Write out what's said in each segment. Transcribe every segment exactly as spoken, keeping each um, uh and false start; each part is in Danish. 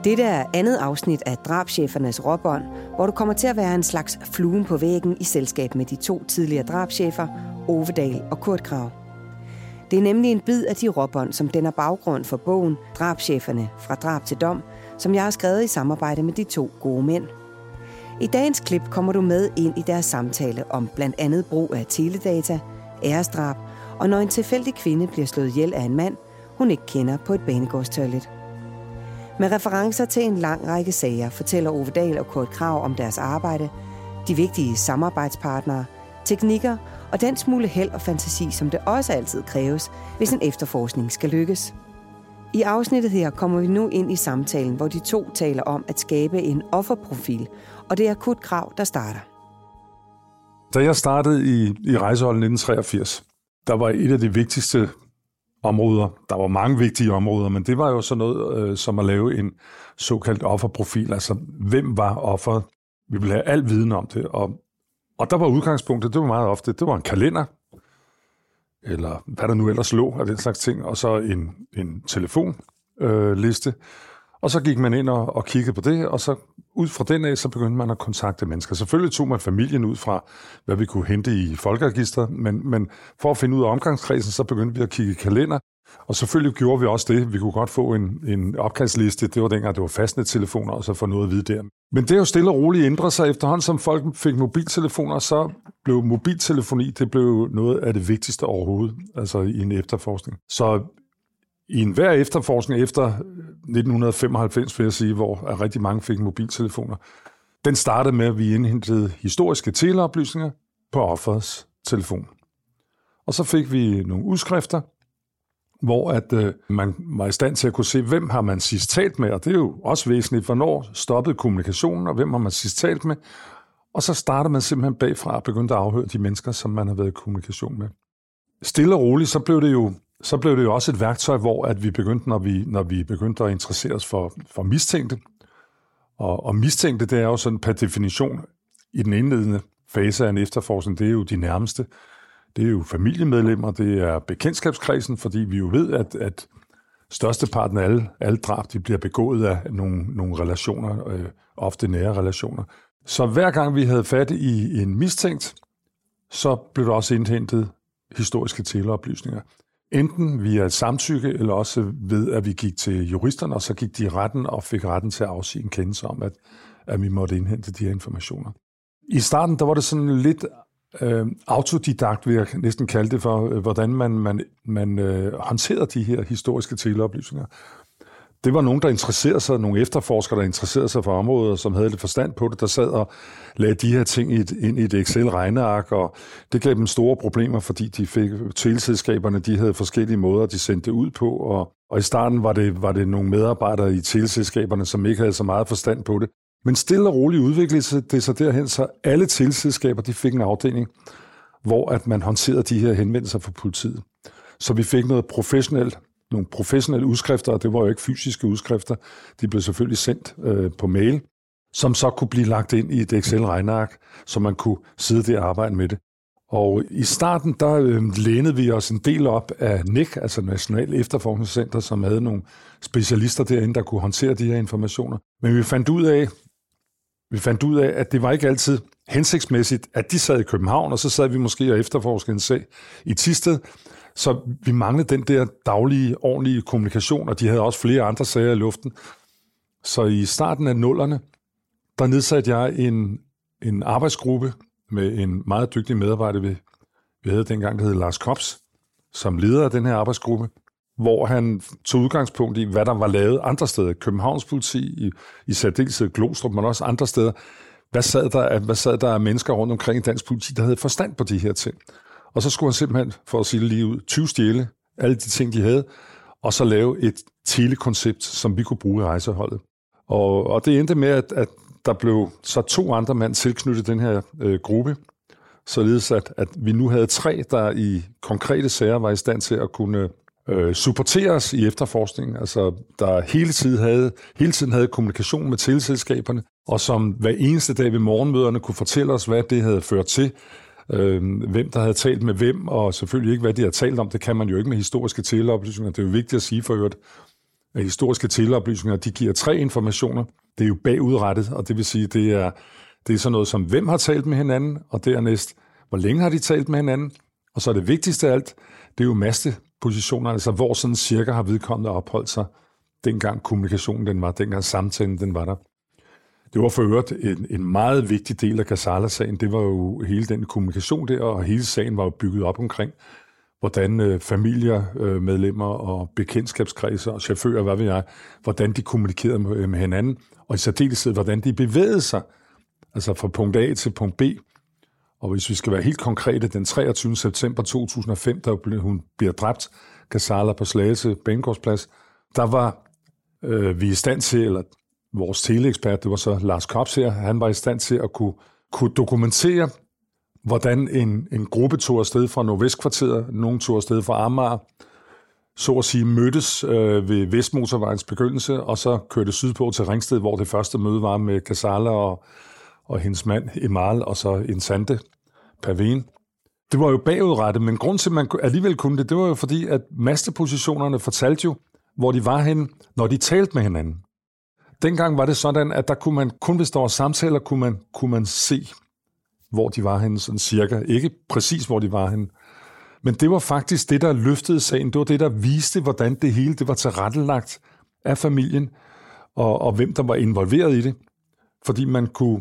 Dette er andet afsnit af Drabschefernes råbånd, hvor du kommer til at være en slags fluen på væggen i selskab med de to tidligere drabschefer, Ove Dahl og Kurt Kragh. Det er nemlig en bid af de råbånd, som danner baggrund for bogen Drabscheferne fra drab til dom, som jeg har skrevet i samarbejde med de to gode mænd. I dagens klip kommer du med ind i deres samtale om blandt andet brug af teledata, æresdrab og når en tilfældig kvinde bliver slået ihjel af en mand, hun ikke kender på et banegårdstoilet. Med referencer til en lang række sager fortæller Ove Dahl og Kurt Kragh om deres arbejde, de vigtige samarbejdspartnere, teknikker og den smule held og fantasi, som det også altid kræves, hvis en efterforskning skal lykkes. I afsnittet her kommer vi nu ind i samtalen, hvor de to taler om at skabe en offerprofil, og det er Kurt Kragh, der starter. Da jeg startede i, i Rejseholdet nitten treogfirs, der var et af de vigtigste områder. Der var mange vigtige områder, men det var jo sådan noget øh, som at lave en såkaldt offerprofil. Altså, hvem var offeret? Vi ville have al viden om det. Og, og der var udgangspunktet, det var meget ofte, det var en kalender, eller hvad der nu ellers lå af den slags ting, og så en, en telefonliste. Øh, og så gik man ind og, og kiggede på det, og så ud fra den af, så begyndte man at kontakte mennesker. Selvfølgelig tog man familien ud fra, hvad vi kunne hente i folkeregistret, men, men for at finde ud af omgangskredsen, så begyndte vi at kigge i kalender, og selvfølgelig gjorde vi også det. Vi kunne godt få en, en opkaldsliste. Det var dengang, det var fastnettelefoner, og så få noget at vide der. Men det er jo stille og roligt ændret sig. Efterhånden som folk fik mobiltelefoner, så blev mobiltelefoni, det blev noget af det vigtigste overhovedet, altså i en efterforskning. Så i enhver efterforskning efter nitten femoghalvfems, vil jeg sige, hvor rigtig mange fik mobiltelefoner, den startede med, at vi indhentede historiske teleoplysninger på offerets telefon. Og så fik vi nogle udskrifter, hvor at, øh, man var i stand til at kunne se, hvem har man sidst talt med, og det er jo også væsentligt, hvornår stoppede kommunikationen, og hvem har man sidst talt med. Og så startede man simpelthen bagfra og begyndte at afhøre de mennesker, som man har været i kommunikation med. Stille og roligt, så blev det jo Så blev det jo også et værktøj, hvor at vi begyndte, når vi, når vi begyndte at interessere os for, for mistænkte. Og, og mistænkte, det er jo sådan per definition i den indledende fase af en efterforskning, det er jo de nærmeste. Det er jo familiemedlemmer, det er bekendtskabskredsen, fordi vi jo ved, at, at størsteparten af alle, alle drab, de bliver begået af nogle, nogle relationer, øh, ofte nære relationer. Så hver gang vi havde fat i en mistænkt, så blev der også indhentet historiske teleoplysninger. Enten via et samtykke, eller også ved, at vi gik til juristerne, og så gik de i retten og fik retten til at afsige en kendelse om, at, at vi måtte indhente de her informationer. I starten, der var det sådan lidt øh, autodidakt, vil jeg næsten kalde det for, øh, hvordan man, man, man øh, håndterede de her historiske teleoplysninger. Det var nogen, der interesserede sig, nogle efterforskere, der interesserede sig for området, som havde lidt forstand på det, der sad og lagde de her ting i et, ind i et Excel-regneark, og det gav dem store problemer, fordi de fik teleselskaberne, de havde forskellige måder, de sendte det ud på, og, og i starten var det, var det nogle medarbejdere i teleselskaberne, som ikke havde så meget forstand på det. Men stille og roligt udviklede det sig derhen, så alle teleselskaber, de fik en afdeling, hvor at man håndterede de her henvendelser fra politiet. Så vi fik noget professionelt, nogle professionelle udskrifter, og det var jo ikke fysiske udskrifter, de blev selvfølgelig sendt øh, på mail, som så kunne blive lagt ind i et Excel-regneark, så man kunne sidde der og arbejde med det. Og i starten, der øh, lænede vi os en del op af N E C, altså National Efterforskningscenter, som havde nogle specialister derinde, der kunne håndtere de her informationer. Men vi fandt ud af, vi fandt ud af, at det var ikke altid hensigtsmæssigt, at de sad i København, og så sad vi måske og efterforskede en sag i Thisted. Så vi manglede den der daglige, ordentlige kommunikation, og de havde også flere andre sager i luften. Så i starten af nullerne, der nedsatte jeg en, en arbejdsgruppe med en meget dygtig medarbejder, vi, vi havde dengang, der hed Lars Kops, som leder af den her arbejdsgruppe, hvor han tog udgangspunkt i, hvad der var lavet andre steder. Københavns politi, i, i særdeleshed Glostrup, men også andre steder. Hvad sad der, hvad sad der af mennesker rundt omkring i dansk politi, der havde forstand på de her ting? Og så skulle han simpelthen, for at sige det lige ud, tyvstjæle alle de ting, de havde, og så lave et telekoncept, som vi kunne bruge i Rejseholdet. Og, og det endte med, at, at der blev så to andre mand tilknyttet den her øh, gruppe, således at, at vi nu havde tre, der i konkrete sager var i stand til at kunne øh, supportere os i efterforskningen, altså der hele tiden havde, hele tiden havde kommunikation med teleselskaberne, og som hver eneste dag ved morgenmøderne kunne fortælle os, hvad det havde ført til, øh, hvem der havde talt med hvem, og selvfølgelig ikke, hvad de havde talt om. Det kan man jo ikke med historiske teleoplysninger. Det er jo vigtigt at sige for øvrigt, at historiske teleoplysninger, de giver tre informationer. Det er jo bagudrettet, og det vil sige, det er, det er sådan noget som, hvem har talt med hinanden, og dernæst, hvor længe har de talt med hinanden, og så er det vigtigste af alt, det er jo mastepositioner, altså hvor sådan cirka har vedkommende opholdt sig, dengang kommunikationen den var, dengang samtalen den var der. Det var for øvrigt en, en meget vigtig del af Ghazala-sagen. Det var jo hele den kommunikation der, og hele sagen var jo bygget op omkring, hvordan øh, familier, øh, medlemmer og bekendtskabskredser og chauffører, hvad ved jeg, hvordan de kommunikerede med, med hinanden, og i særdeleshed, hvordan de bevægede sig, altså fra punkt A til punkt B. Og hvis vi skal være helt konkrete, den treogtyvende september to tusind og fem, da hun bliver dræbt, Ghazala på Slagelse Banegårdsplads, der var øh, vi i stand til, eller vores teleekspert, det var så Lars Kops her, han var i stand til at kunne, kunne dokumentere, hvordan en, en gruppe tog afsted fra Nordvestkvarteret, nogen tog afsted fra Amager, så at sige mødtes øh, ved Vestmotorvejens begyndelse, og så kørte sydpå til Ringsted, hvor det første møde var med Ghazala og, og hendes mand Emal, og så en Sande Pavén. Det var jo bagudrettet, men grund til, at man alligevel kunne det, det var jo fordi, at mastepositionerne fortalte jo, hvor de var henne, når de talte med hinanden. Dengang var det sådan, at der kunne man, kun hvis der var samtaler, kunne man, kunne man se, hvor de var henne, sådan cirka. Ikke præcis, hvor de var henne. Men det var faktisk det, der løftede sagen. Det var det, der viste, hvordan det hele det var tilrettelagt af familien, og, og hvem der var involveret i det. Fordi man kunne,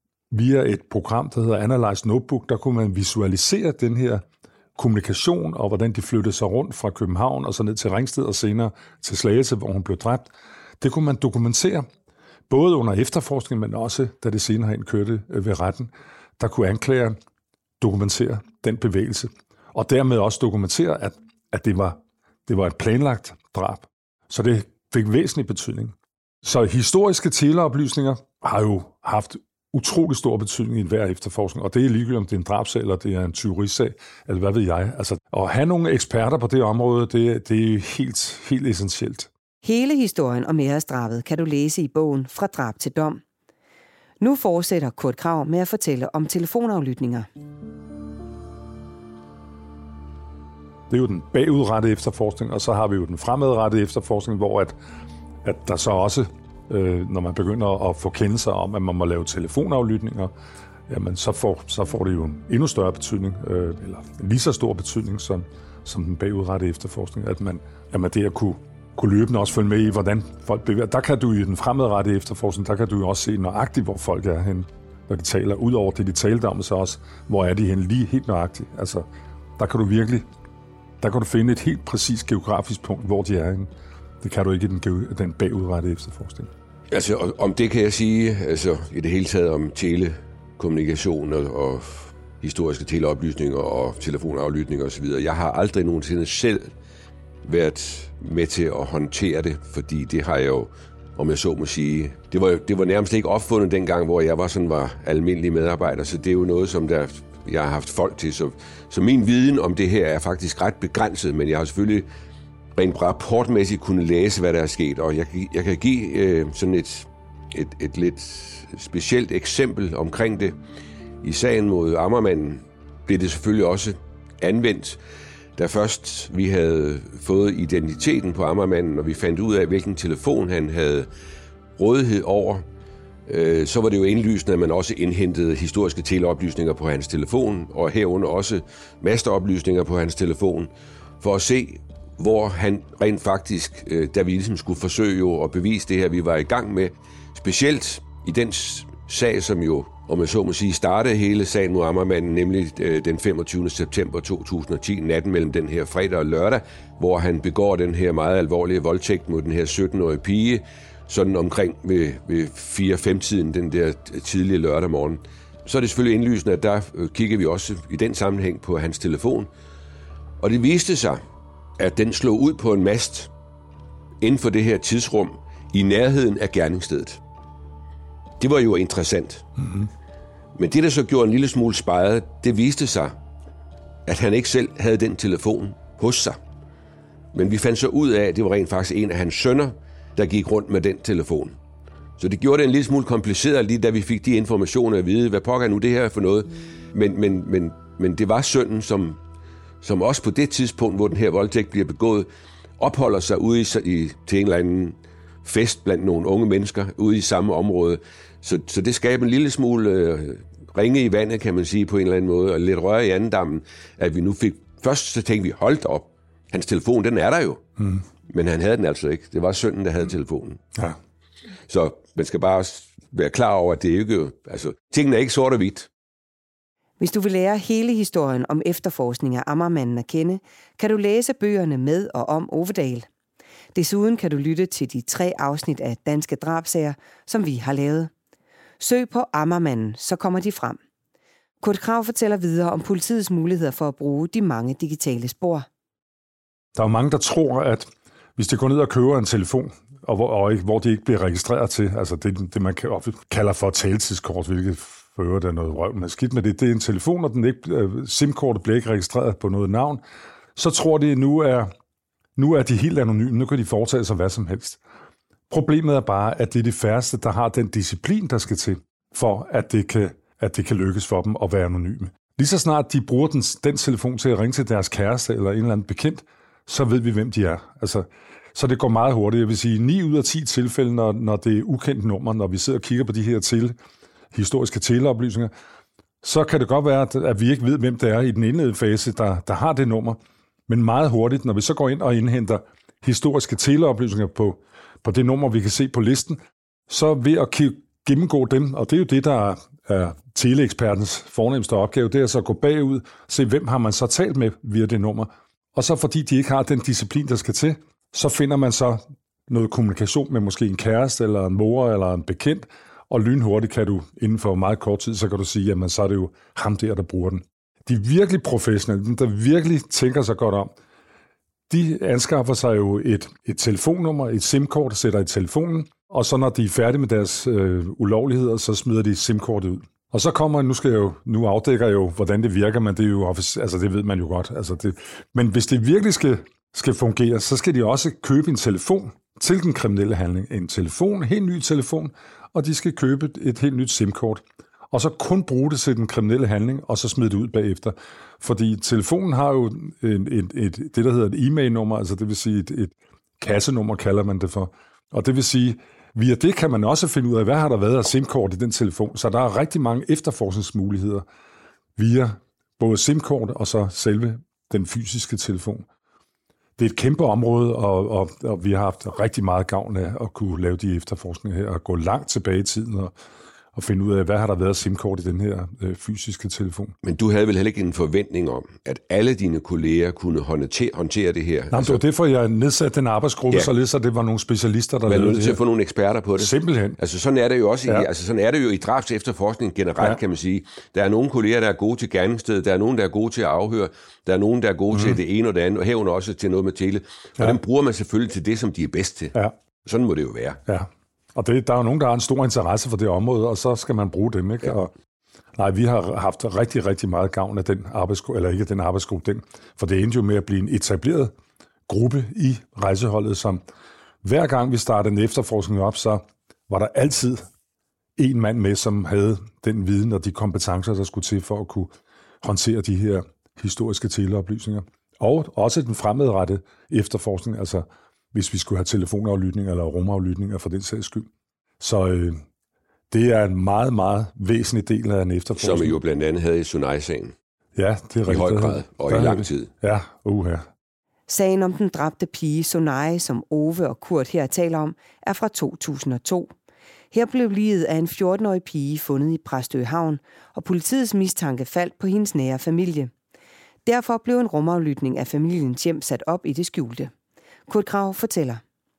via et program, der hedder Analyze Notebook, der kunne man visualisere den her kommunikation, og hvordan de flyttede sig rundt fra København, og så ned til Ringsted, og senere til Slagelse, hvor hun blev dræbt. Det kunne man dokumentere, både under efterforskning, men også, da det senere hen kørte ved retten, der kunne anklageren dokumentere den bevægelse, og dermed også dokumentere, at, at det, var, det var et planlagt drab. Så det fik væsentlig betydning. Så historiske teleoplysninger har jo haft utrolig stor betydning i hver efterforskning, og det er ligegyldigt, om det er en drabsag, eller det er en tyverisag, eller hvad ved jeg. Altså, at have nogle eksperter på det område, det, det er helt, helt essentielt. Hele historien om æresdrabet kan du læse i bogen Fra drab til dom. Nu fortsætter Kurt Kragh med at fortælle om telefonaflytninger. Det er jo den bagudrettede efterforskning, og så har vi jo den fremadrettede efterforskning, hvor at, at der så også, øh, når man begynder at få kendelser om, at man må lave telefonaflytninger, jamen så får, så får det jo en endnu større betydning, øh, eller en lige så stor betydning som, som den bagudrettede efterforskning, at man, jamen det at kunne kunne løbende også følge med i, hvordan folk bevæger. Der kan du i den fremadrettede efterforskning, der kan du jo også se nøjagtigt, hvor folk er henne, når de taler. Udover det, de talte om, så også, hvor er de henne lige helt nøjagtigt. Altså, der kan du virkelig, der kan du finde et helt præcist geografisk punkt, hvor de er henne. Det kan du ikke i den, den bagudrettede efterforskning. Altså, om det kan jeg sige, altså i det hele taget om telekommunikation og, og historiske teleoplysninger og telefonaflytninger osv. Jeg har aldrig nogensinde selv været med til at håndtere det, fordi det har jeg jo, om jeg så må sige, det var, det var nærmest ikke opfundet dengang, hvor jeg var sådan var almindelig medarbejder, så det er jo noget, som der, jeg har haft folk til. Så, så min viden om det her er faktisk ret begrænset, men jeg har selvfølgelig rent rapportmæssigt kunne læse, hvad der er sket, og jeg, jeg kan give øh, sådan et, et, et lidt specielt eksempel omkring det. I sagen mod Amagermanden blev det selvfølgelig også anvendt. Da først vi havde fået identiteten på Amagermanden, og vi fandt ud af, hvilken telefon han havde rådighed over, øh, så var det jo indlysende, at man også indhentede historiske teleoplysninger på hans telefon, og herunder også masteoplysninger på hans telefon, for at se, hvor han rent faktisk, øh, da vi ligesom skulle forsøge jo at bevise det her, vi var i gang med, specielt i den sag, som jo, om jeg så må sige, startede hele sagen mod Amagermanden, nemlig øh, den femogtyvende september to tusind og ti, natten mellem den her fredag og lørdag, hvor han begår den her meget alvorlige voldtægt mod den her sytten-årige pige, sådan omkring ved, ved fire-fem-tiden den der tidlige lørdag morgen. Så er det selvfølgelig indlysende, at der øh, kigger vi også i den sammenhæng på hans telefon, og det viste sig, at den slog ud på en mast inden for det her tidsrum i nærheden af gerningsstedet. Det var jo interessant. Mm-hmm. Men det, der så gjorde en lille smule spejet, det viste sig, at han ikke selv havde den telefon hos sig. Men vi fandt så ud af, at det var rent faktisk en af hans sønner, der gik rundt med den telefon. Så det gjorde det en lille smule kompliceret, lige da vi fik de informationer at vide, hvad pokker nu det her for noget. Men, men, men, men det var sønnen, som, som også på det tidspunkt, hvor den her voldtægt bliver begået, opholder sig ude i, i, til en eller anden fest blandt nogle unge mennesker ude i samme område. Så, så det skaber en lille smule øh, ringe i vandet, kan man sige, på en eller anden måde, og lidt røre i andendammen, at vi nu fik... Først så tænkte vi, hold op, hans telefon, den er der jo. Mm. Men han havde den altså ikke. Det var sønnen, der havde mm. telefonen. Ja. Så man skal bare være klar over, at det ikke... Altså, tingene er ikke sort og hvidt. Hvis du vil lære hele historien om efterforskning af Amagermanden at kende, kan du læse bøgerne med og om Ovedal. Desuden kan du lytte til de tre afsnit af Danske Drabsager, som vi har lavet. Søg på Amagermanden, så kommer de frem. Kurt Kragh fortæller videre om politiets muligheder for at bruge de mange digitale spor. Der er jo mange, der tror, at hvis de går ned og køber en telefon, og hvor, og ikke, hvor de ikke bliver registreret til, altså det, det man kalder for taletidskort, hvilket for øvrigt er noget røv, men skidt med det, det er en telefon, og den ikke, SIM-kortet bliver ikke registreret på noget navn, så tror de, at nu er, nu er de helt anonyme, nu kan de foretage sig hvad som helst. Problemet er bare, at det er de færreste, der har den disciplin, der skal til, for at det kan, at det kan lykkes for dem at være anonyme. Lige så snart de bruger den, den telefon til at ringe til deres kæreste eller en eller anden bekendt, så ved vi, hvem de er. Altså, så det går meget hurtigt. Jeg vil sige, ni ud af ti tilfælde, når, når det er ukendt nummer, når vi sidder og kigger på de her tele, historiske teleoplysninger, så kan det godt være, at vi ikke ved, hvem det er i den indledende fase, der, der har det nummer. Men meget hurtigt, når vi så går ind og indhenter historiske teleoplysninger på, på det nummer, vi kan se på listen, så ved at gennemgå dem, og det er jo det, der er teleekspertens fornemmeste opgave, det er så at gå bagud, se hvem har man så talt med via det nummer. Og så fordi de ikke har den disciplin, der skal til, så finder man så noget kommunikation med måske en kæreste, eller en mor, eller en bekendt, og lynhurtigt kan du, inden for meget kort tid, så kan du sige, jamen så er det jo ham der, der bruger den. De virkelig professionelle, de der virkelig tænker sig godt om, de anskaffer sig jo et, et telefonnummer, et SIM-kort, sætter i telefonen, og så når de er færdige med deres øh, ulovligheder, så smider de SIM-kortet ud. Og så kommer, nu skal jeg jo, nu afdækker jeg jo, hvordan det virker, men det er jo, altså det ved man jo godt. Altså det, men hvis det virkelig skal, skal fungere, så skal de også købe en telefon til den kriminelle handling. En telefon, en helt ny telefon, og de skal købe et helt nyt SIM-kort. Og så kun bruge det til den kriminelle handling, og så smide det ud bagefter. Fordi telefonen har jo et, et, et, det, der hedder et e-mail-nummer, altså det vil sige et, et kassenummer, kalder man det for. Og det vil sige, via det kan man også finde ud af, hvad har der været af SIM-kort i den telefon. Så der er rigtig mange efterforskningsmuligheder via både SIM-kort og så selve den fysiske telefon. Det er et kæmpe område, og, og, og vi har haft rigtig meget gavn af at kunne lave de efterforskninger her, og gå langt tilbage i tiden og, og finde ud af, hvad har der været af SIM-kort i den her øh, fysiske telefon. Men du havde vel heller ikke en forventning om, at alle dine kolleger kunne håndtere, håndtere det her? Nej, altså, det var derfor, jeg nedsatte den arbejdsgruppe, ja. Således at det var nogle specialister, der lavede det her. Man er nødt til at få nogle eksperter på det. Simpelthen. Altså sådan er det jo også ja. i, altså sådan er det jo i drabs efterforskning generelt, ja. Kan man sige. Der er nogle kolleger, der er gode til gerningsstedet, der er nogen, der er gode til at afhøre, der er nogen, der er gode mm. til det ene og det andet, og herunder også til noget med tele. Og ja. Dem bruger man selvfølgelig til det, som de er bedst til. Ja. Sådan må det jo være. Ja. Og det, der er jo nogen, der har en stor interesse for det område, og så skal man bruge dem, ikke? Ja. Og, nej, vi har haft rigtig, rigtig meget gavn af den arbejdsgruppe, eller ikke den arbejdsgruppe, den, for det endte jo med at blive en etableret gruppe i rejseholdet, som hver gang vi startede en efterforskning op, så var der altid en mand med, som havde den viden og de kompetencer, der skulle til for at kunne håndtere de her historiske teleoplysninger. Og også den fremadrettede efterforskning, altså hvis vi skulle have telefonaflytninger eller rumaflytninger for den sags skyld. Så øh, det er en meget, meget væsentlig del af en efterforskning. Som I jo blandt andet havde i Sunai-sagen. Ja, det er rigtigt. I høj grad, og i lang tid. Ja, uha. Sagen om den dræbte pige Sunai, som Ove og Kurt her taler om, er fra to tusind og to. Her blev liget af en fjorten-årig pige fundet i Præstø Havn, og politiets mistanke faldt på hendes nære familie. Derfor blev en rumaflytning af familiens hjem sat op i det skjulte. Kurt Kragh fortæller.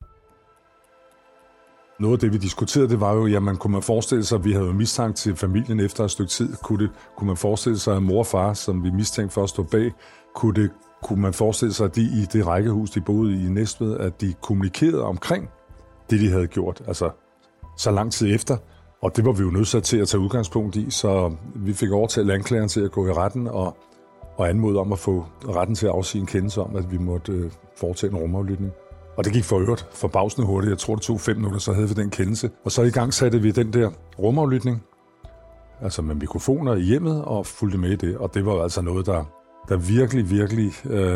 Noget af det, vi diskuterede, det var jo, jamen kunne man forestille sig, at vi havde mistanke til familien efter et stykke tid. Kunne, det, kunne man forestille sig, at mor og far, som vi mistænkte for at stå bag, kunne, det, kunne man forestille sig, at de i det rækkehus, de boede i Næstved, at de kommunikerede omkring det, de havde gjort, altså så lang tid efter. Og det var vi jo nødsat til at tage udgangspunkt i, så vi fik overtalt anklageren til at gå i retten og, og anmode om at få retten til at afsige en kendelse om, at vi måtte øh, foretage en rumaflytning. Og det gik for øvrigt forbavsende hurtigt. Jeg tror, det tog fem minutter, så havde vi den kendelse. Og så i gang satte vi den der rumaflytning, altså med mikrofoner i hjemmet, og fulgte med i det. Og det var altså noget, der, der virkelig, virkelig øh,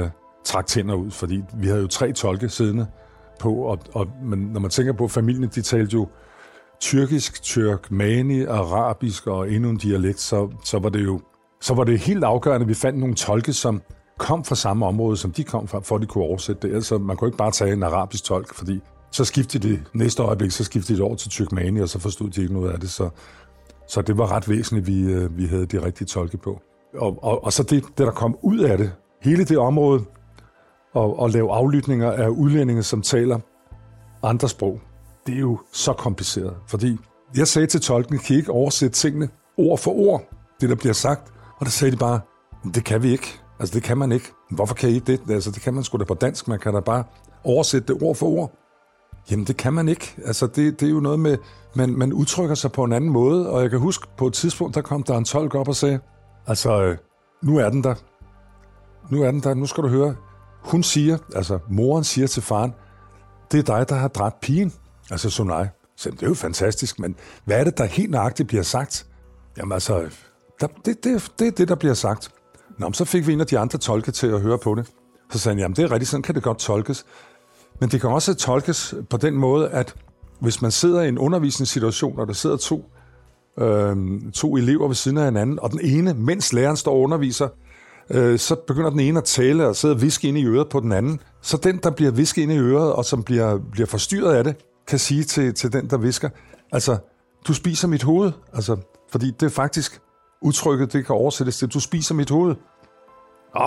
trak tænder ud, fordi vi havde jo tre tolke siddende på, og, og men når man tænker på familien, de talte jo tyrkisk, turkmani, arabisk og endnu en dialekt, så, så var det jo så var det helt afgørende, at vi fandt nogle tolke, som kom fra samme område, som de kom fra, for at de kunne oversætte det. Altså, man kunne ikke bare tage en arabisk tolk, fordi så skiftede det næste øjeblik, så skiftede det over til turkmani, og så forstod de ikke noget af det. Så, så det var ret væsentligt, at vi, vi havde de rigtige tolke på. Og, og, og så det, det, der kom ud af det, hele det område, og, og lave aflytninger af udlændinge, som taler andre sprog, det er jo så kompliceret. Fordi jeg sagde til tolken, kan I ikke oversætte tingene ord for ord, det der bliver sagt? Og der sagde de bare, det kan vi ikke. Altså, det kan man ikke. Hvorfor kan I ikke det? Altså, det kan man sgu da på dansk. Man kan da bare oversætte det ord for ord. Jamen, det kan man ikke. Altså, det, det er jo noget med, man, man udtrykker sig på en anden måde. Og jeg kan huske, på et tidspunkt, der kom der en tolk op og sagde, altså, nu er den der. Nu er den der. Nu skal du høre. Hun siger, altså, moren siger til faren, det er dig, der har dræbt pigen. Altså, Sunay. Så det er jo fantastisk, men hvad er det, der helt nøjagtigt bliver sagt? Jamen, altså, der, det, det, det er det, der bliver sagt. Nå, så fik vi en af de andre tolke til at høre på det. Så sagde han, jamen det er rigtigt, sådan kan det godt tolkes. Men det kan også tolkes på den måde, at hvis man sidder i en undervisningssituation, og der sidder to, øh, to elever ved siden af hinanden, og den ene, mens læreren står og underviser, øh, så begynder den ene at tale og sidde og viske ind i øret på den anden. Så den, der bliver visket ind i øret, og som bliver, bliver forstyrret af det, kan sige til, til den, der visker, altså, du spiser mit hoved. Altså, fordi det er faktisk udtrykket, det kan oversættes til, du spiser mit hoved. Åh.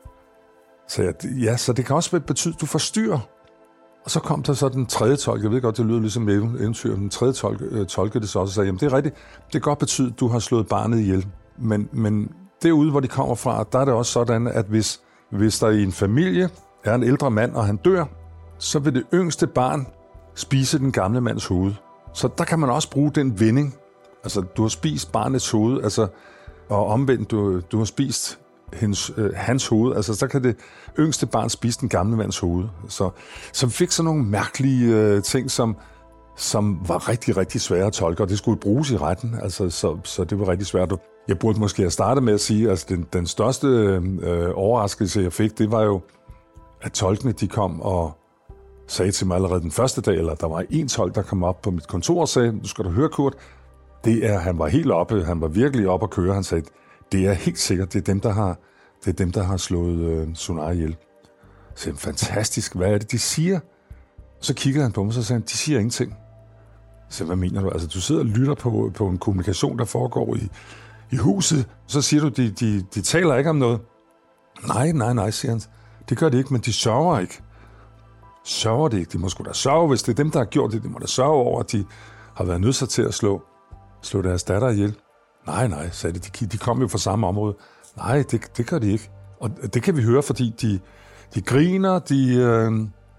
Så jeg, ja, så det kan også betyde, du forstyrrer. Og så kom der så den tredje tolke, jeg ved godt, det lyder ligesom eventyr, den tredje tolke, øh, tolke det så også og sagde, jamen det er rigtigt, det kan godt betyde, at du har slået barnet ihjel. Men, men derude, hvor de kommer fra, der er det også sådan, at hvis, hvis der i en familie er en ældre mand, og han dør, så vil det yngste barn spise den gamle mands hoved. Så der kan man også bruge den vending. Altså, du har spist barnets hoved, altså, og omvendt, du, du har spist hendes, øh, hans hoved. Altså, så kan det yngste barn spise den gamle mands hoved. Så, så vi fik sådan nogle mærkelige øh, ting, som, som var rigtig, rigtig svære at tolke, og det skulle bruges i retten. Altså, så, så det var rigtig svært. Jeg burde måske have startet med at sige, at altså, den, den største øh, overraskelse, jeg fik, det var jo, at tolkene, de kom og sagde til mig allerede den første dag, eller der var en tolk, der kom op på mit kontor og sagde, du skal du høre, Kurt, det er, han var helt oppe, han var virkelig oppe at køre, han sagde, det er helt sikkert, det er dem, der har, det er dem, der har slået øh, Sunay ihjel. Så jeg, fantastisk, hvad er det, de siger? Så kiggede han på mig, og så sagde han, de siger ingenting. Så hvad mener du? Altså, du sidder og lytter på, på en kommunikation, der foregår i, i huset, så siger du, de, de, de taler ikke om noget. Nej, nej, nej, siger han. Det gør de ikke, men de sørger ikke. Sørger det ikke? De må sgu da sørge, hvis det er dem, der har gjort det. De må da sørge over, at de har været nødt til at slå, slå deres datter ihjel. Nej, nej, sagde de. De, de kom jo fra samme område. Nej, det, det gør de ikke. Og det kan vi høre, fordi de, de griner, de, øh,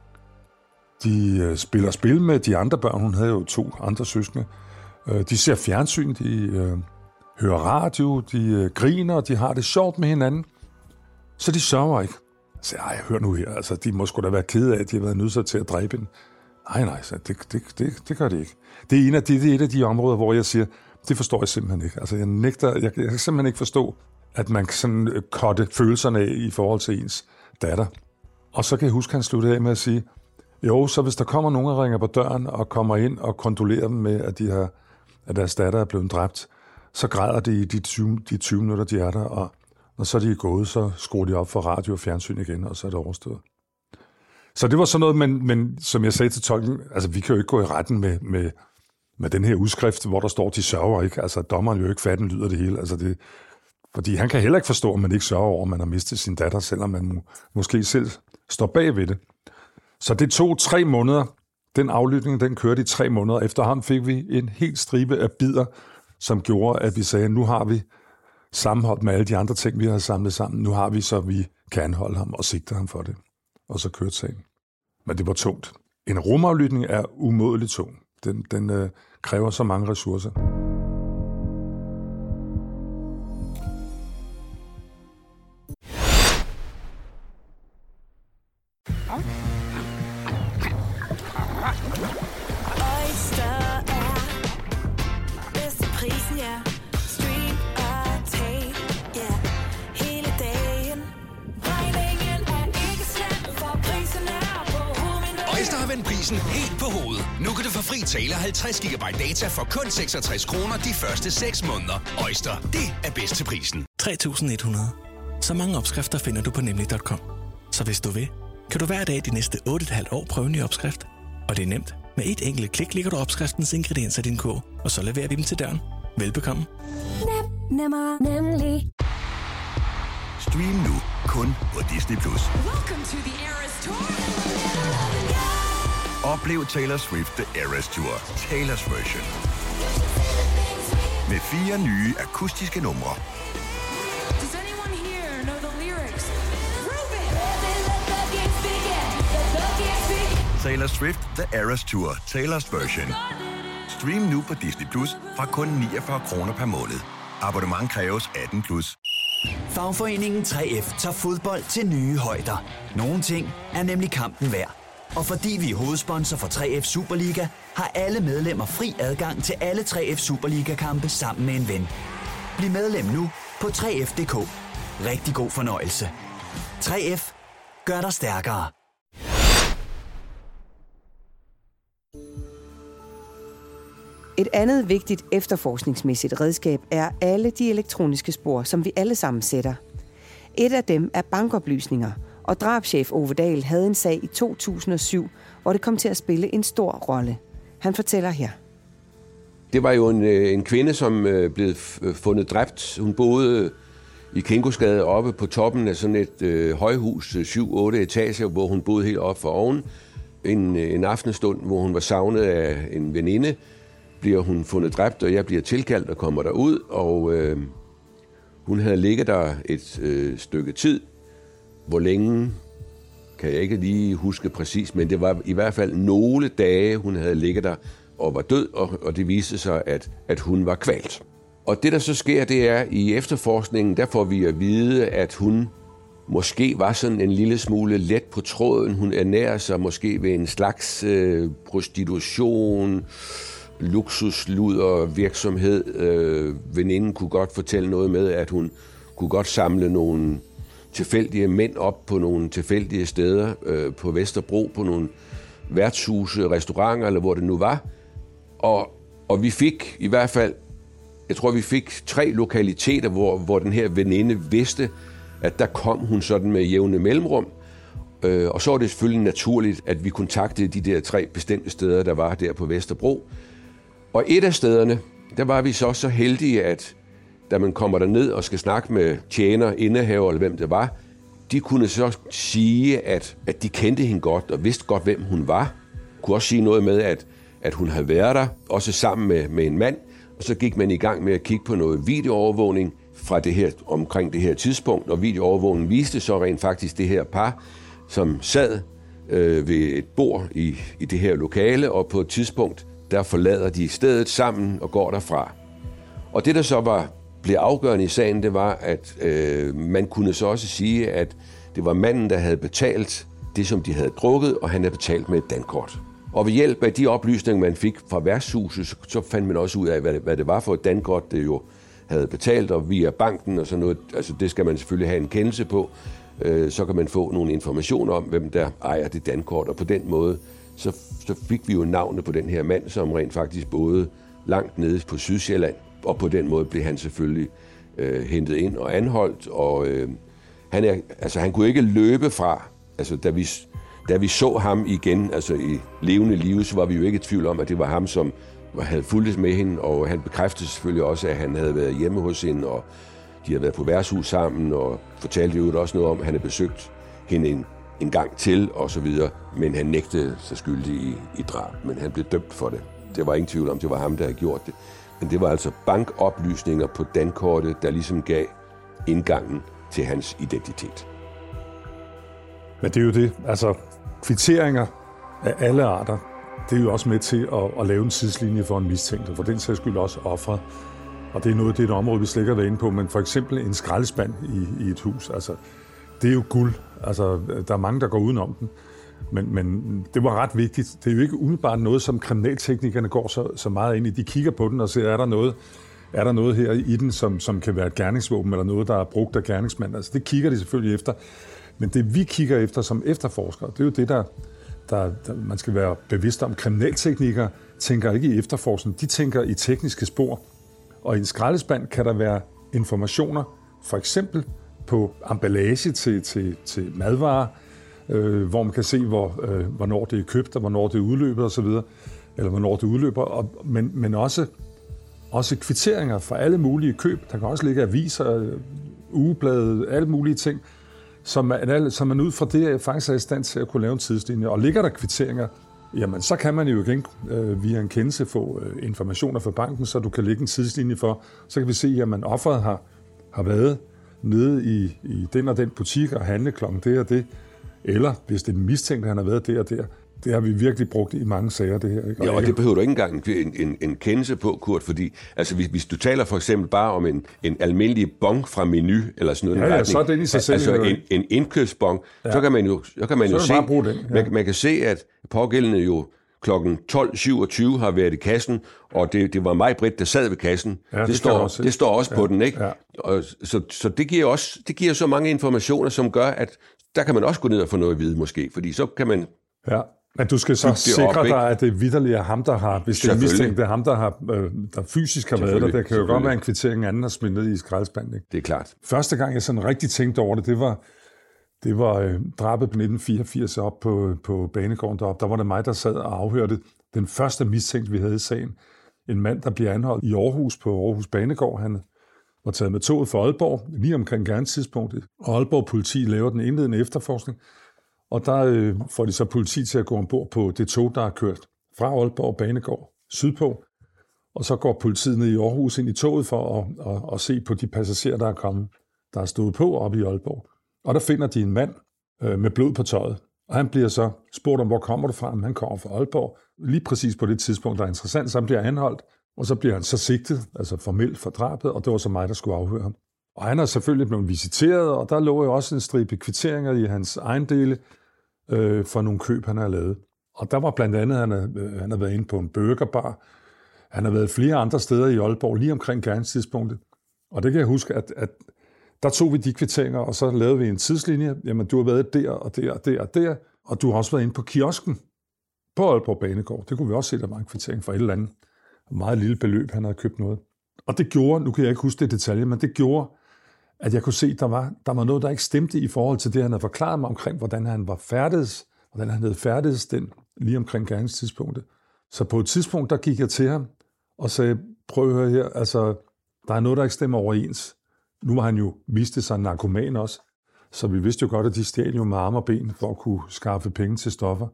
de spiller spil med de andre børn. Hun havde jo to andre søskende. De ser fjernsyn, de øh, hører radio, de øh, griner, de har det sjovt med hinanden. Så de sørger ikke. Så jeg hør nu her, altså de må sgu da være kede af, at de har været nødt til at dræbe den. Nej, nej, så det, det, det, det gør det ikke. Det er, en af de, det er et af de områder, hvor jeg siger, det forstår jeg simpelthen ikke. Altså jeg nægter, jeg, jeg kan simpelthen ikke forstå, at man kan sådan kotte følelserne af i forhold til ens datter. Og så kan jeg huske, at han sluttede af med at sige, jo, så hvis der kommer nogen, der ringer på døren og kommer ind og kondolerer dem med, at, de har, at deres datter er blevet dræbt, så græder de i de tyve, de tyve minutter, de er der, og når så de er gået, så skruer de op for radio og fjernsyn igen, og så er det overstået. Så det var sådan noget, men, men som jeg sagde til tolken, altså vi kan jo ikke gå i retten med, med, med den her udskrift, hvor der står, de sørger ikke. Altså dommeren jo ikke fatten lyder det hele. Altså det, fordi han kan heller ikke forstå, at man ikke sørger over, at man har mistet sin datter, selvom man må, måske selv står bag ved det. Så det tog tre måneder. Den aflytning, den kørte i tre måneder. Efter ham fik vi en helt stribe af bidder, som gjorde, at vi sagde, nu har vi sammenholdt med alle de andre ting, vi har samlet sammen. Nu har vi, så vi kan anholde ham og sigte ham for det. Og så kørte sagen. Men det var tungt. En rumaflytning er umådeligt tung. Den, den øh, kræver så mange ressourcer. Øjster har vendt prisen helt på hovedet. Nu kan du få fri tale halvtreds gigabyte data for kun seksogtres kroner de første seks måneder. Øjster, det er bedst til prisen. tre tusind et hundrede. Så mange opskrifter finder du på nemlig punktum com. Så hvis du vil, kan du hver dag de næste otte komma fem år prøve en ny opskrift. Og det er nemt. Med et enkelt klik ligger du opskriftens ingredienser i din kog, og så leverer vi dem til døren. Velbekomme. Nem, nemmer, nemlig. Stream nu kun på Disney plus. Oplev Taylor Swift The Eras Tour, Taylor's version. Med fire nye akustiske numre. Taylor Swift The Eras Tour, Taylor's version. Stream nu på Disney plus fra kun niogfyrre kroner per måned. Abonnement kræves atten plus. Fagforeningen tre F tager fodbold til nye højder. Nogle ting er nemlig kampen værd. Og fordi vi er hovedsponsor for tre F Superliga, har alle medlemmer fri adgang til alle tre F Superliga-kampe sammen med en ven. Bliv medlem nu på tre F punktum d k. Rigtig god fornøjelse. tre F gør dig stærkere. Et andet vigtigt efterforskningsmæssigt redskab er alle de elektroniske spor, som vi alle sammen sætter. Et af dem er bankoplysninger, og drabschef Ove Dahl havde en sag i to tusind og syv, hvor det kom til at spille en stor rolle. Han fortæller her. Det var jo en, en kvinde, som blev fundet dræbt. Hun boede i Kingosgade oppe på toppen af sådan et øh, højhus, syv otte etager, hvor hun boede helt oppe for oven. En, en aftenstund, hvor hun var savnet af en veninde, bliver hun fundet dræbt, og jeg bliver tilkaldt og kommer derud, og øh, hun havde ligget der et øh, stykke tid. Hvor længe, kan jeg ikke lige huske præcis, men det var i hvert fald nogle dage, hun havde ligget der og var død, og, og det viste sig, at, at hun var kvalt. Og det, der så sker, det er, i efterforskningen, der får vi at vide, at hun måske var sådan en lille smule let på tråden. Hun ernærer sig måske ved en slags øh, prostitution, luksusluder virksomhed. Øh, veninden kunne godt fortælle noget med, at hun kunne godt samle nogle tilfældige mænd op på nogle tilfældige steder øh, på Vesterbro, på nogle værtshuse, restauranter, eller hvor det nu var. Og, og vi fik i hvert fald, jeg tror, vi fik tre lokaliteter, hvor, hvor den her veninde vidste, at der kom hun sådan med jævne mellemrum. Øh, og så var det selvfølgelig naturligt, at vi kontaktede de der tre bestemte steder, der var der på Vesterbro. Og et af stederne, der var vi så så heldige, at da man kommer derned og skal snakke med tjener, indehaver eller hvem det var, de kunne så sige, at, at de kendte hende godt og vidste godt, hvem hun var. Kunne også sige noget med, at, at hun havde været der, også sammen med, med en mand. Og så gik man i gang med at kigge på noget videoovervågning fra det her, omkring det her tidspunkt. Og videoovervågningen viste så rent faktisk det her par, som sad øh, ved et bord i, i det her lokale, og på et tidspunkt, der forlader de stedet sammen og går derfra. Og det, der så var blev afgørende i sagen, det var, at øh, man kunne så også sige, at det var manden, der havde betalt det, som de havde drukket, og han havde betalt med et dankort. Og ved hjælp af de oplysninger, man fik fra værtshuset, så fandt man også ud af, hvad det, hvad det var for et dankort, det jo havde betalt, og via banken og sådan noget. Altså det skal man selvfølgelig have en kendelse på. Øh, så kan man få nogle informationer om, hvem der ejer det dankort, og på den måde, så, så fik vi jo navnet på den her mand, som rent faktisk boede langt nede på Sydsjælland. Og på den måde blev han selvfølgelig øh, hentet ind og anholdt, og øh, han, er, altså, han kunne ikke løbe fra, altså da vi, da vi så ham igen, altså i levende live, så var vi jo ikke i tvivl om, at det var ham, som havde fulgt med hende, og han bekræftede selvfølgelig også, at han havde været hjemme hos hende, og de havde været på værtshus sammen, og fortalte jo også noget om, at han havde besøgt hende en, en gang til, og så videre, men han nægtede sig skyldig i, i drab, men han blev dømt for det. Det var ingen tvivl om, det var ham, der havde gjort det. Men det var altså bankoplysninger på dankortet, der ligesom gav indgangen til hans identitet. Men det er jo det, altså kvitteringer af alle arter, det er jo også med til at, at lave en tidslinje for en mistænkt, og for den sags skyld også offret. Og det er noget, det er et område, vi slet ikke har været inde på, men for eksempel en skraldespand i, i et hus, altså det er jo guld. Altså der er mange, der går udenom den. Men, men det var ret vigtigt. Det er jo ikke umiddelbart noget, som kriminalteknikerne går så, så meget ind i. De kigger på den og ser, er der noget, er der noget her i den, som, som kan være et gerningsvåben, eller noget, der er brugt af gerningsmanden. Altså det kigger de selvfølgelig efter. Men det vi kigger efter som efterforskere, det er jo det, der, der, der, man skal være bevidst om. Kriminalteknikere tænker ikke i efterforskning, de tænker i tekniske spor. Og i en skraldespand kan der være informationer, for eksempel på emballage til, til, til madvarer, øh, hvor man kan se, hvor, øh, hvornår det er købt, og hvornår det er udløbet osv., eller hvornår det udløber, og, men, men også, også kvitteringer for alle mulige køb. Der kan også ligge aviser, ugeblade, alle mulige ting, som man, som man ud fra det faktisk er i stand til at kunne lave en tidslinje. Og ligger der kvitteringer, jamen så kan man jo igen øh, via en kendelse få øh, informationer fra banken, så du kan lægge en tidslinje for. Så kan vi se, at man offeret har, har været nede i, i den og den butik og handle klokken det og det. Eller hvis det er mistænkt, at han har været der og der. Det har vi virkelig brugt i mange sager, det her. Ikke? Ja, og det behøver du ikke engang en, en, en kendelse på, Kurt, fordi altså, hvis, hvis du taler for eksempel bare om en, en almindelig bon fra Menu, eller sådan noget, ja, en ja, retning, så er det i sig selv altså en, en indkøbsbon, ja. så kan man jo, så kan man så jo se, den, ja. man, man kan se, at pågældende jo klokken tolv syvogtyve har været i kassen, og det, det var mig, Britt, der sad ved kassen. Ja, det, det, står, også. det står også ja. på den, ikke? Ja. Og, så så det, giver også, det giver så mange informationer, som gør, at der kan man også gå ned og få noget at vide, måske, fordi så kan man... Ja. Men du skal så sikre op, dig, at det vitterligt er ham, der har, hvis det er mistænkt, det er ham, der, har, øh, der fysisk har været der. Det kan jo godt være en kvittering, anden har smidt ned i skraldespanden. Det er klart. Første gang, jeg sådan rigtig tænkte over det, det var, det var øh, drabet på nitten fireogfirs op på, på banegården deroppe. Der var det mig, der sad og afhørte den første mistænkt, vi havde i sagen. En mand, der bliver anholdt i Aarhus på Aarhus Banegård. Han var taget med toget fra Aalborg, lige omkring gerningstidspunktet. Og Aalborg politi laver den indledende efterforskning. Og der øh, får de så politi til at gå ombord på det tog, der er kørt fra Aalborg Banegård sydpå. Og så går politiet ned i Aarhus ind i toget for at, at, at se på de passagerer, der er kommet, der er stået på oppe i Aalborg. Og der finder de en mand øh, med blod på tøjet. Og han bliver så spurgt om, hvor kommer du fra? Men han kommer fra Aalborg. Lige præcis på det tidspunkt, der er interessant, så han bliver anholdt. Og så bliver han så sigtet, altså formelt for drabet, og det var så mig, der skulle afhøre ham. Og han er selvfølgelig blevet visiteret, og der lå jo også en stribe kvitteringer i hans ejendele, Øh, for nogle køb, han har lavet. Og der var blandt andet, han har, øh, han har været inde på en burgerbar. Han har været flere andre steder i Aalborg, lige omkring gerningstidspunktet. Og det kan jeg huske, at, at der tog vi de kvitteringer, og så lavede vi en tidslinje. Jamen, du har været der, og der, og der, og der. Og du har også været inde på kiosken på Aalborg Banegård. Det kunne vi også se, der var en kvittering for et eller andet meget lille beløb, han havde købt noget. Og det gjorde, nu kan jeg ikke huske det detalje, men det gjorde, at jeg kunne se, at der var, der var noget, der ikke stemte i forhold til det, han havde forklaret mig omkring, hvordan han var færdedes, hvordan han havde færdedes den lige omkring gerningstidspunktet. Så på et tidspunkt, der gik jeg til ham og sagde, prøv at høre her, altså, der er noget, der ikke stemmer overens. Nu var han jo, viste sig en narkoman også, så vi vidste jo godt, at de stjal jo med arme og ben for at kunne skaffe penge til stoffer.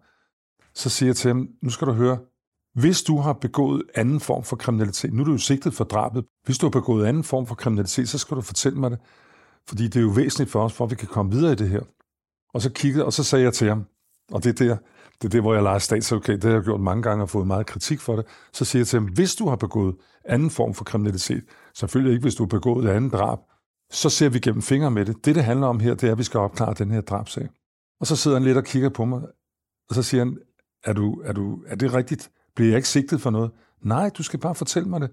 Så siger jeg til ham, nu skal du høre, hvis du har begået anden form for kriminalitet, nu er du jo sigtet for drabet, hvis du har begået anden form for kriminalitet, så skal du fortælle mig det, fordi det er jo væsentligt for os, for at vi kan komme videre i det her. Og så kiggede, og så sagde jeg til ham, og det er der, det er der hvor jeg leger statsadvokat, det har jeg gjort mange gange og fået meget kritik for det, så siger jeg til ham, hvis du har begået anden form for kriminalitet, selvfølgelig ikke, hvis du har begået anden drab, så ser vi gennem fingre med det. Det, det handler om her, det er, at vi skal opklare den her drabsag. Og så sidder han lidt og kigger på mig, og så siger han, er, du, er, du, er det rigtigt? Bliver jeg ikke sigtet for noget? Nej, du skal bare fortælle mig det.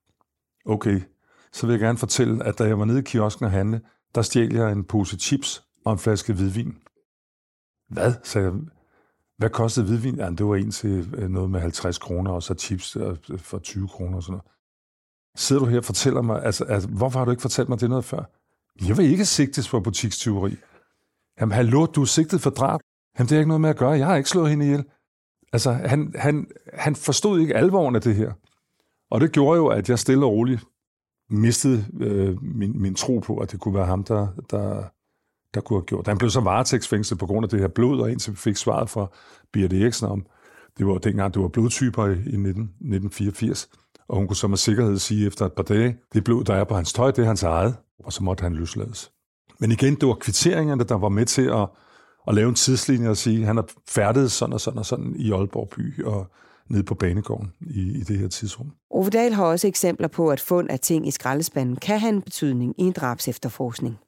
Okay, så vil jeg gerne fortælle, at da jeg var nede i kiosken og handle, der stjal jeg en pose chips og en flaske hvidvin. Hvad? sagde jeg. Hvad kostede hvidvin? Ja, det var en til noget med halvtreds kroner, og så chips for tyve kroner og sådan noget. Sidder du her og fortæller mig, altså, altså, hvorfor har du ikke fortalt mig det noget før? Jeg vil ikke sigtes for butikstyveri. Jamen, hallo, du er sigtet for drab. Jamen, det er ikke noget med at gøre. Jeg har ikke slået hende ihjel. Altså, han, han, han forstod ikke alvoren af det her. Og det gjorde jo, at jeg stille og roligt mistede øh, min, min tro på, at det kunne være ham, der, der, der kunne have gjort det. Han blev så varetægtsfængslet på grund af det her blod, og indtil vi fik svaret fra Birte Eriksen om, det var dengang, det var blodtyper i nitten fireogfirs, og hun kunne så med sikkerhed sige efter et par dage, det blod, der er på hans tøj, det er hans eget, og så måtte han løslades. Men igen, det var kvitteringerne, der var med til at, at lave en tidslinje og sige, at han har færdet sådan og sådan og sådan i Aalborg by og nede på banegården i, i det her tidsrum. Ove Dahl har også eksempler på, at fund af ting i skraldespanden kan have en betydning i en drabsefterforskning.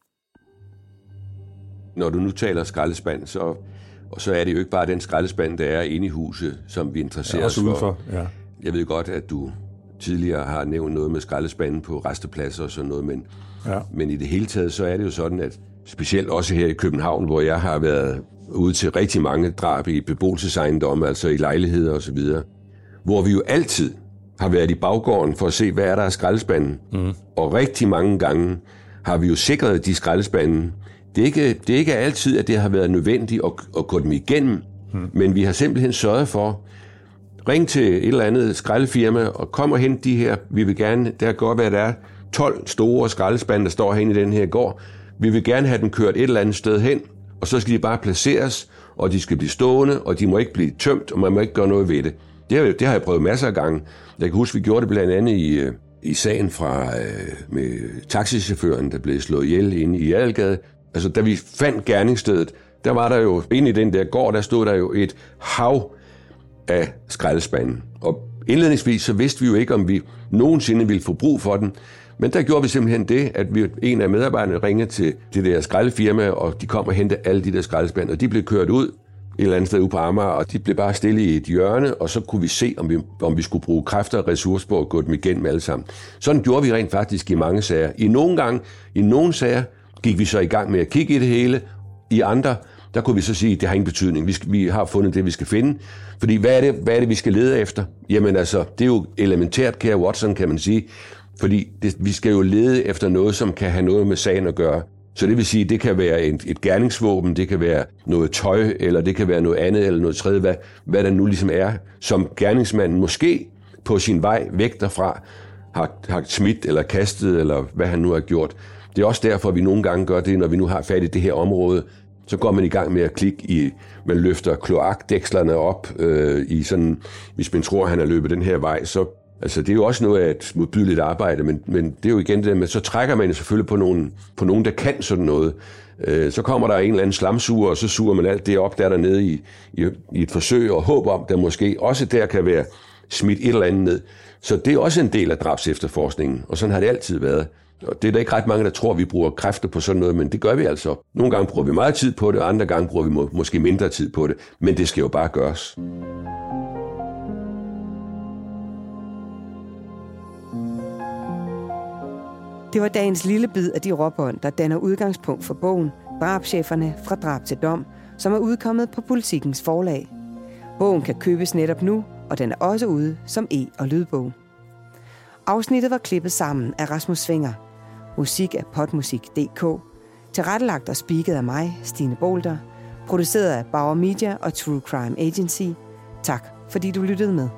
Når du nu taler skraldespand, så, og så er det jo ikke bare den skraldespand, der er inde i huset, som vi interesserer ja, os for. Udenfor, ja. Jeg ved godt, at du tidligere har nævnt noget med skraldespanden på rastepladser og sådan noget, men, ja. men i det hele taget, så er det jo sådan, at specielt også her i København, hvor jeg har været ude til rigtig mange drab i beboelsesejendomme, altså i lejligheder og så videre, hvor vi jo altid har været i baggården for at se, hvad er der af skraldespanden. Mm. Og rigtig mange gange har vi jo sikret de skraldespanden. Det er ikke, det er ikke altid, at det har været nødvendigt at, at gå dem igennem, mm. men vi har simpelthen sørget for, ring til et eller andet skraldefirma og kom og hent de her, vi vil gerne, der kan godt være, at der er tolv store skraldespande, der står herinde i den her gård. Vi vil gerne have dem kørt et eller andet sted hen, og så skal de bare placeres, og de skal blive stående, og de må ikke blive tømt, og man må ikke gøre noget ved det. Det har, det har jeg prøvet masser af gange. Jeg kan huske, vi gjorde det blandt andet i, i sagen fra øh, med taxichaufføren, der blev slået ihjel inde i Adelgade. Altså, da vi fandt gerningsstedet, der var der jo, inde i den der gård, der stod der jo et hav af skraldespanden. Og indledningsvis så vidste vi jo ikke, om vi nogensinde ville få brug for den. Men der gjorde vi simpelthen det, at vi, en af medarbejderne ringede til det der skraldefirma, og de kom og hentede alle de der skraldespande, og de blev kørt ud et eller andet sted ude på Amager, og de blev bare stille i et hjørne, og så kunne vi se, om vi, om vi skulle bruge kræfter og ressourcer på at gå dem igennem alle sammen. Sådan gjorde vi rent faktisk i mange sager. I nogle gange, i nogle sager, gik vi så i gang med at kigge i det hele. I andre, der kunne vi så sige, at det har ingen betydning. Vi, skal, vi har fundet det, vi skal finde. Fordi hvad er, det, hvad er det, vi skal lede efter? Jamen altså, det er jo elementært, kære Watson, kan man sige. Fordi det, vi skal jo lede efter noget, som kan have noget med sagen at gøre. Så det vil sige, det kan være et, et gerningsvåben, det kan være noget tøj, eller det kan være noget andet, eller noget tredje, hvad, hvad der nu ligesom er, som gerningsmanden måske på sin vej væk derfra har, har smidt eller kastet, eller hvad han nu har gjort. Det er også derfor, at vi nogle gange gør det, når vi nu har fat i det her område. Så går man i gang med at klikke i, man løfter kloakdækslerne op øh, i sådan, hvis man tror, han har løbet den her vej, så altså, det er jo også noget af et modbydeligt arbejde, men, men det er jo igen det med, så trækker man selvfølgelig på nogen, på nogen, der kan sådan noget. Øh, så kommer der en eller anden slamsuger, og så suger man alt det op, der er dernede i, i, i et forsøg, og håber om, der måske også der kan være smidt et eller andet ned. Så det er også en del af drabsefterforskningen, og sådan har det altid været. Og det er der ikke ret mange, der tror, at vi bruger kræfter på sådan noget, men det gør vi altså. Nogle gange bruger vi meget tid på det, og andre gange bruger vi må, måske mindre tid på det, men det skal jo bare gøres. Det var dagens lille bid af de råbånd, der danner udgangspunkt for bogen Drabscheferne fra drab til dom, som er udkommet på Politikens forlag. Bogen kan købes netop nu, og den er også ude som e- og lydbog. Afsnittet var klippet sammen af Rasmus Svinger. Musik af podmusik punktum d k. Tilrettelagt og speaket af mig, Stine Bolter. Produceret af Bauer Media og True Crime Agency. Tak fordi du lyttede med.